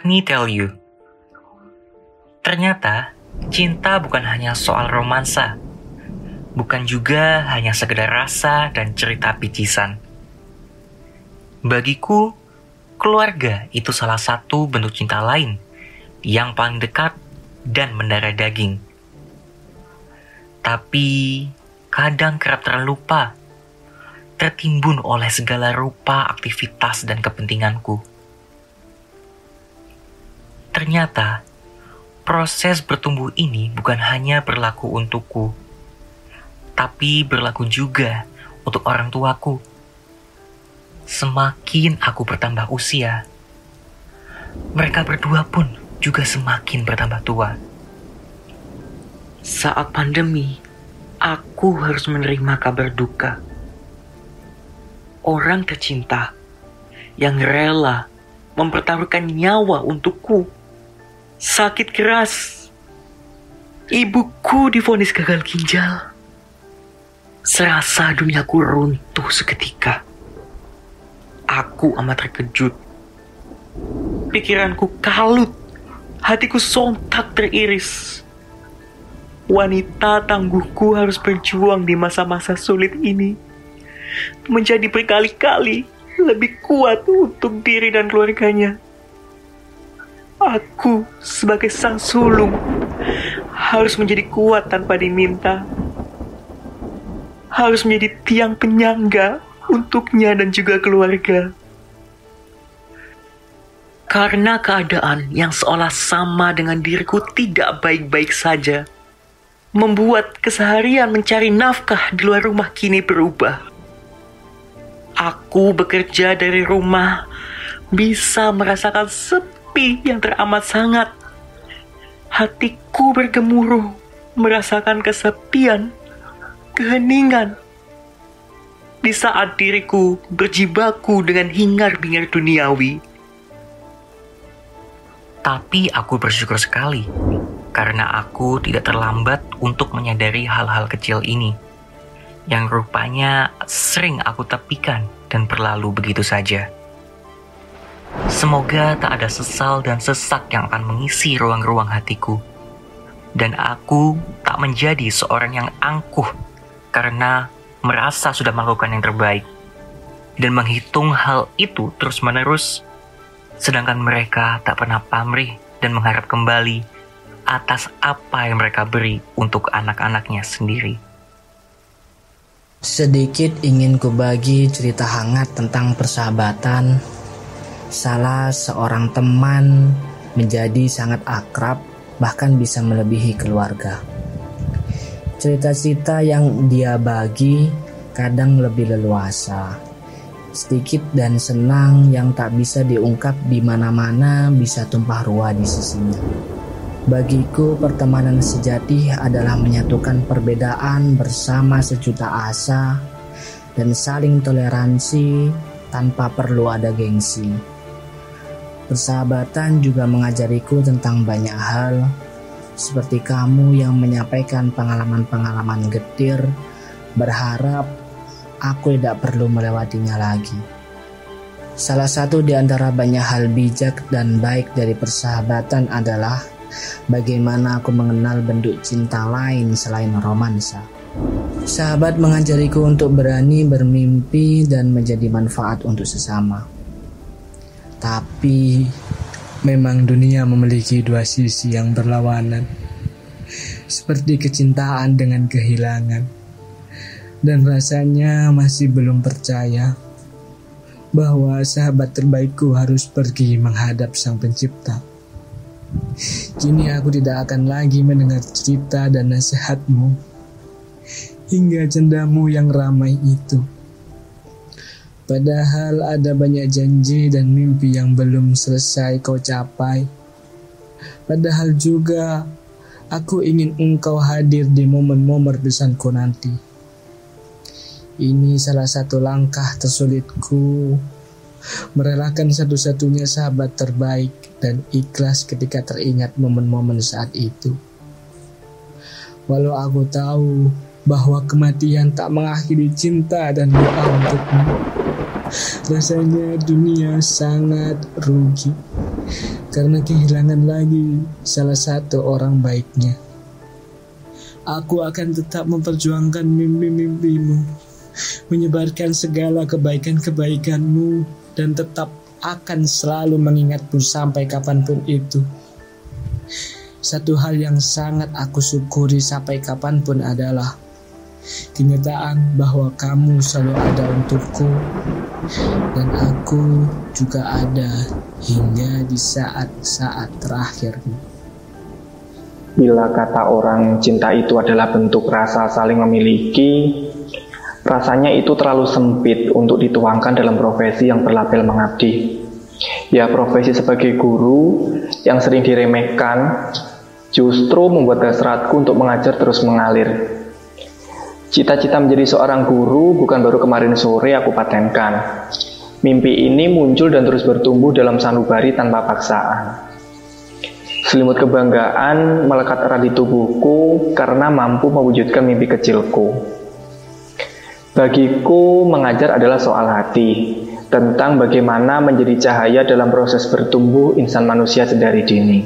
Let me tell you, ternyata cinta bukan hanya soal romansa, bukan juga hanya sekedar rasa dan cerita picisan. Bagiku, keluarga itu salah satu bentuk cinta lain yang paling dekat dan mendarah daging. Tapi kadang kerap terlupa, tertimbun oleh segala rupa aktivitas dan kepentinganku. Ternyata, proses bertumbuh ini bukan hanya berlaku untukku, tapi berlaku juga untuk orang tuaku. Semakin aku bertambah usia, mereka berdua pun juga semakin bertambah tua. Saat pandemi, aku harus menerima kabar duka. Orang tercinta yang rela mempertaruhkan nyawa untukku sakit keras. Ibuku divonis gagal ginjal. Serasa duniaku runtuh seketika. Aku amat terkejut. Pikiranku kalut. Hatiku sontak teriris. Wanita tangguhku harus berjuang di masa-masa sulit ini. Menjadi berkali-kali lebih kuat untuk diri dan keluarganya. Aku sebagai sang sulung harus menjadi kuat tanpa diminta. Harus menjadi tiang penyangga untuknya dan juga keluarga. Karena keadaan yang seolah sama dengan diriku tidak baik-baik saja, membuat keseharian mencari nafkah di luar rumah kini berubah. Aku bekerja dari rumah, bisa merasakan sepi yang teramat sangat. Hatiku bergemuruh, merasakan kesepian, keheningan. Di saat diriku berjibaku dengan hingar-bingar duniawi. Tapi aku bersyukur sekali, karena aku tidak terlambat untuk menyadari hal-hal kecil ini, yang rupanya sering aku tepikan dan berlalu begitu saja. Semoga tak ada sesal dan sesak yang akan mengisi ruang-ruang hatiku, dan aku tak menjadi seorang yang angkuh karena merasa sudah melakukan yang terbaik, dan menghitung hal itu terus-menerus, sedangkan mereka tak pernah pamrih dan mengharap kembali atas apa yang mereka beri untuk anak-anaknya sendiri. Sedikit ingin kubagi cerita hangat tentang persahabatan. Salah seorang teman menjadi sangat akrab, bahkan bisa melebihi keluarga. Cerita-cerita yang dia bagi kadang lebih leluasa, sedikit dan senang yang tak bisa diungkap di mana-mana bisa tumpah ruah di sisinya. Bagiku pertemanan sejati adalah menyatukan perbedaan bersama sejuta asa dan saling toleransi tanpa perlu ada gengsi. Persahabatan juga mengajariku tentang banyak hal, seperti kamu yang menyampaikan pengalaman-pengalaman getir, berharap aku tidak perlu melewatinya lagi. Salah satu di antara banyak hal bijak dan baik dari persahabatan adalah bagaimana aku mengenal bentuk cinta lain selain romansa. Sahabat mengajariku untuk berani bermimpi dan menjadi manfaat untuk sesama. Tapi memang dunia memiliki dua sisi yang berlawanan, seperti kecintaan dengan kehilangan. Dan rasanya masih belum percaya bahwa sahabat terbaikku harus pergi menghadap Sang Pencipta. Kini aku tidak akan lagi mendengar cerita dan nasihatmu hingga cendamu yang ramai itu. Padahal ada banyak janji dan mimpi yang belum selesai kau capai. Padahal juga aku ingin engkau hadir di momen-momen bersanku nanti. Ini salah satu langkah tersulitku, merelakan satu-satunya sahabat terbaik dan ikhlas ketika teringat momen-momen saat itu. Walau aku tahu bahwa kematian tak mengakhiri cinta dan doa untukmu, rasanya dunia sangat rugi karena kehilangan lagi salah satu orang baiknya. Aku akan tetap memperjuangkan mimpi-mimpimu, menyebarkan segala kebaikan-kebaikanmu, dan tetap akan selalu mengingatmu sampai kapanpun itu. Satu hal yang sangat aku syukuri sampai kapanpun adalah kenyataan bahwa kamu selalu ada untukku, dan aku juga ada hingga di saat-saat terakhirmu. Bila kata orang cinta itu adalah bentuk rasa saling memiliki, rasanya itu terlalu sempit untuk dituangkan dalam profesi yang berlabel mengabdi. Ya, profesi sebagai guru yang sering diremehkan justru membuat hasratku untuk mengajar terus mengalir. Cita-cita menjadi seorang guru bukan baru kemarin sore aku patenkan. Mimpi ini muncul dan terus bertumbuh dalam sanubari tanpa paksaan. Selimut kebanggaan melekat erat di tubuhku karena mampu mewujudkan mimpi kecilku. Bagiku, mengajar adalah soal hati, tentang bagaimana menjadi cahaya dalam proses bertumbuh insan manusia sedari dini.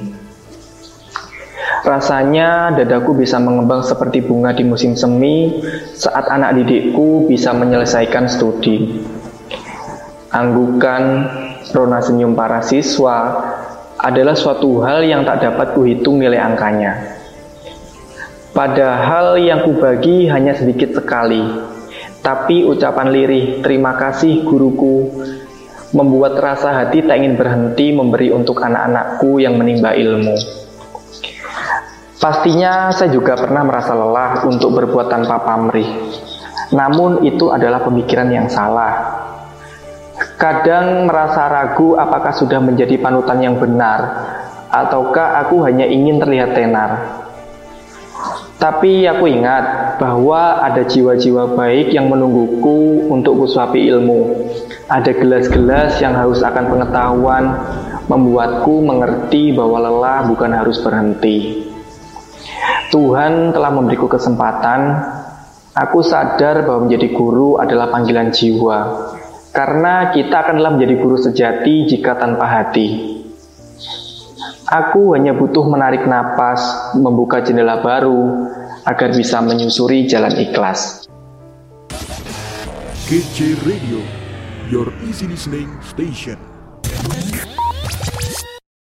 Rasanya dadaku bisa mengembang seperti bunga di musim semi saat anak didikku bisa menyelesaikan studi. Anggukan, rona senyum para siswa adalah suatu hal yang tak dapat kuhitung nilai angkanya. Padahal yang kubagi hanya sedikit sekali, tapi ucapan lirih terima kasih guruku membuat rasa hati tak ingin berhenti memberi untuk anak-anakku yang menimba ilmu. Pastinya saya juga pernah merasa lelah untuk berbuat tanpa pamrih. Namun itu adalah pemikiran yang salah. Kadang merasa ragu apakah sudah menjadi panutan yang benar, ataukah aku hanya ingin terlihat tenar. Tapi aku ingat bahwa ada jiwa-jiwa baik yang menungguku untuk kusuapi ilmu. Ada gelas-gelas yang haus akan pengetahuan, membuatku mengerti bahwa lelah bukan harus berhenti. Tuhan telah memberiku kesempatan. Aku sadar bahwa menjadi guru adalah panggilan jiwa, karena kita akanlah menjadi guru sejati jika tanpa hati. Aku hanya butuh menarik napas, membuka jendela baru, agar bisa menyusuri jalan ikhlas. KC Radio, your easy listening station.